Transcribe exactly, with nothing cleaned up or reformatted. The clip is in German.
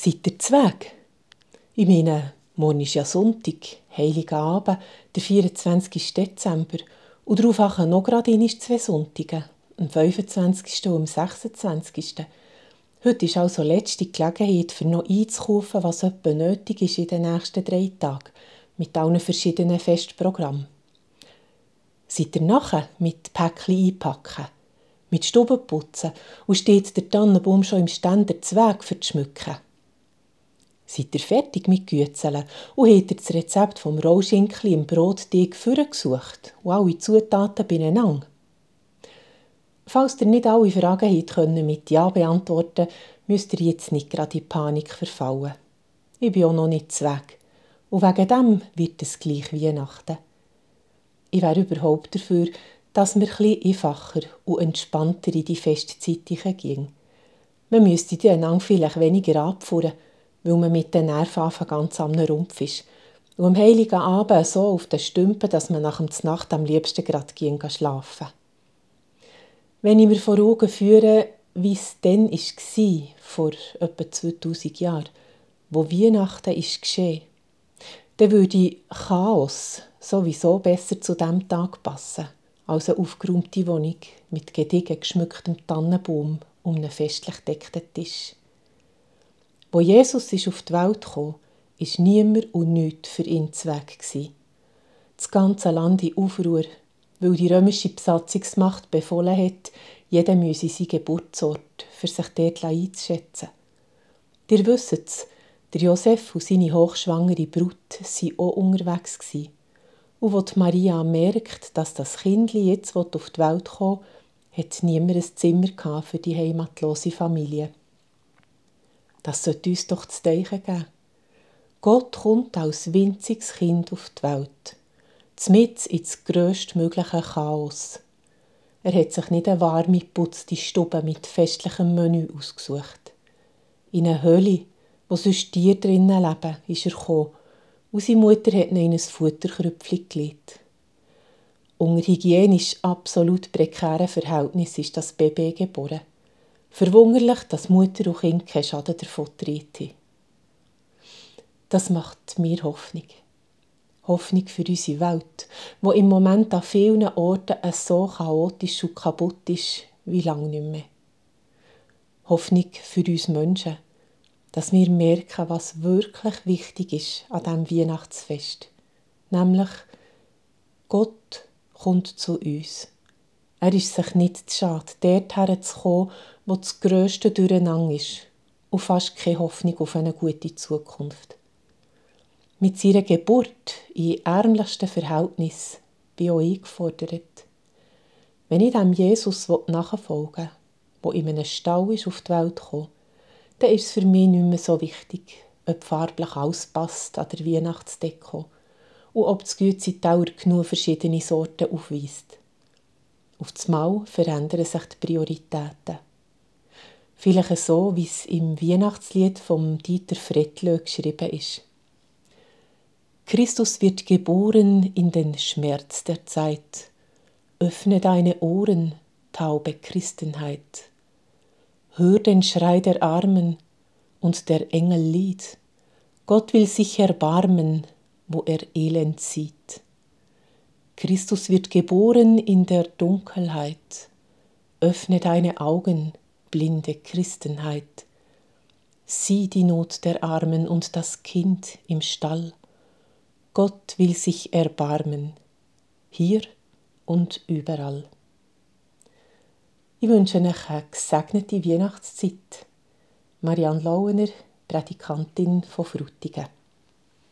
Seid ihr Zweg? Ich meine, morgen ist ja Sonntag, Heiliger Abend, der vierundzwanzigsten Dezember. Und darauf noch gerade einmal zwei Sonntage, am fünfundzwanzigsten und am sechsundzwanzigsten Heute ist also letzte Gelegenheit, für noch einzukaufen, was etwa nötig ist in den nächsten drei Tagen, mit allen verschiedenen Festprogrammen. Seid ihr nachher mit Päckchen einpacken, mit Stuben putzen und steht der Tannenbaum schon im Ständer Zweg für die Schmücken? Seid ihr fertig mit Güetzeln und habt ihr das Rezept vom Rollschinkli im Brotteig vorgesucht und alle Zutaten beieinander? Falls ihr nicht alle Fragen habt können mit Ja beantworten, müsst ihr jetzt nicht gerade in Panik verfallen. Ich bin auch noch nicht Zweg. Und wegen dem wird es gleich Weihnachten. Ich wäre überhaupt dafür, dass wir etwas einfacher und entspannter in die Festzeiten gehen. Man müsste die einander vielleicht weniger abfuhren, weil man mit den Nerven ganz am Rumpf ist. Und am Heiligen Abend so auf den Stümpen, dass man nach der Nacht am liebsten gerade gehen schlafen. Wenn ich mir vor Augen führe, wie es dann war, vor etwa zweitausend Jahren, wo Weihnachten ist geschehen, dann würde Chaos sowieso besser zu diesem Tag passen, als eine aufgeräumte Wohnung mit gediegen geschmücktem Tannenbaum um einen festlich gedeckten Tisch. Wo Jesus ist auf die Welt kam, war niemand und nichts für ihn Zweck. Das ganze Land in Aufruhr, weil die römische Besatzungsmacht befohlen hat, jeder müsse seinen Geburtsort für sich dort einzuschätzen. Ihr wisst es, der Josef und seine hochschwangere Brut waren auch unterwegs. Und als Maria merkt, dass das Kindli jetzt auf die Welt kommt, hat niemand ein Zimmer für die heimatlose Familie. Das sollte uns doch zu denken geben. Gott kommt als winziges Kind auf die Welt, mitten ins grösstmögliche Chaos. Er hat sich nicht eine warme, geputzte Stube mit festlichem Menü ausgesucht. In eine Höhle, wo sonst Tiere drinnen leben, ist er gekommen, und seine Mutter hat ihn in ein Futterkrüpfchen gelegt. Unter hygienisch absolut prekären Verhältnissen ist das Baby geboren. Verwunderlich, dass Mutter und Kind keinen Schaden davon getragen haben. Das macht mir Hoffnung. Hoffnung für unsere Welt, die im Moment an vielen Orten so chaotisch und kaputt ist wie lange nicht mehr. Hoffnung für uns Menschen, dass wir merken, was wirklich wichtig ist an diesem Weihnachtsfest. Nämlich, Gott kommt zu uns. Er ist sich nicht zu schade, dorthin zu kommen, wo das grösste Durcheinander ist und fast keine Hoffnung auf eine gute Zukunft. Mit seiner Geburt in ärmlichsten Verhältnissen bin auch ich gefordert. Wenn ich dem Jesus nachfolgen will, der in einem Stall ist auf die Welt gekommen, dann ist es für mich nicht mehr so wichtig, ob farblich alles passt an der Weihnachtsdeko und ob das Gütesital genug verschiedene Sorten aufweist. Auf das Mal verändern sich die Prioritäten. Vielleicht so, wie es im Weihnachtslied von Dieter Frettlö geschrieben ist. Christus wird geboren in den Schmerz der Zeit. Öffne deine Ohren, taube Christenheit. Hör den Schrei der Armen und der Engel Lied. Gott will sich erbarmen, wo er Elend sieht. Christus wird geboren in der Dunkelheit. Öffne deine Augen, blinde Christenheit. Sieh die Not der Armen und das Kind im Stall. Gott will sich erbarmen, hier und überall. Ich wünsche euch eine gesegnete Weihnachtszeit. Marianne Lauener, Prädikantin von Frutigen.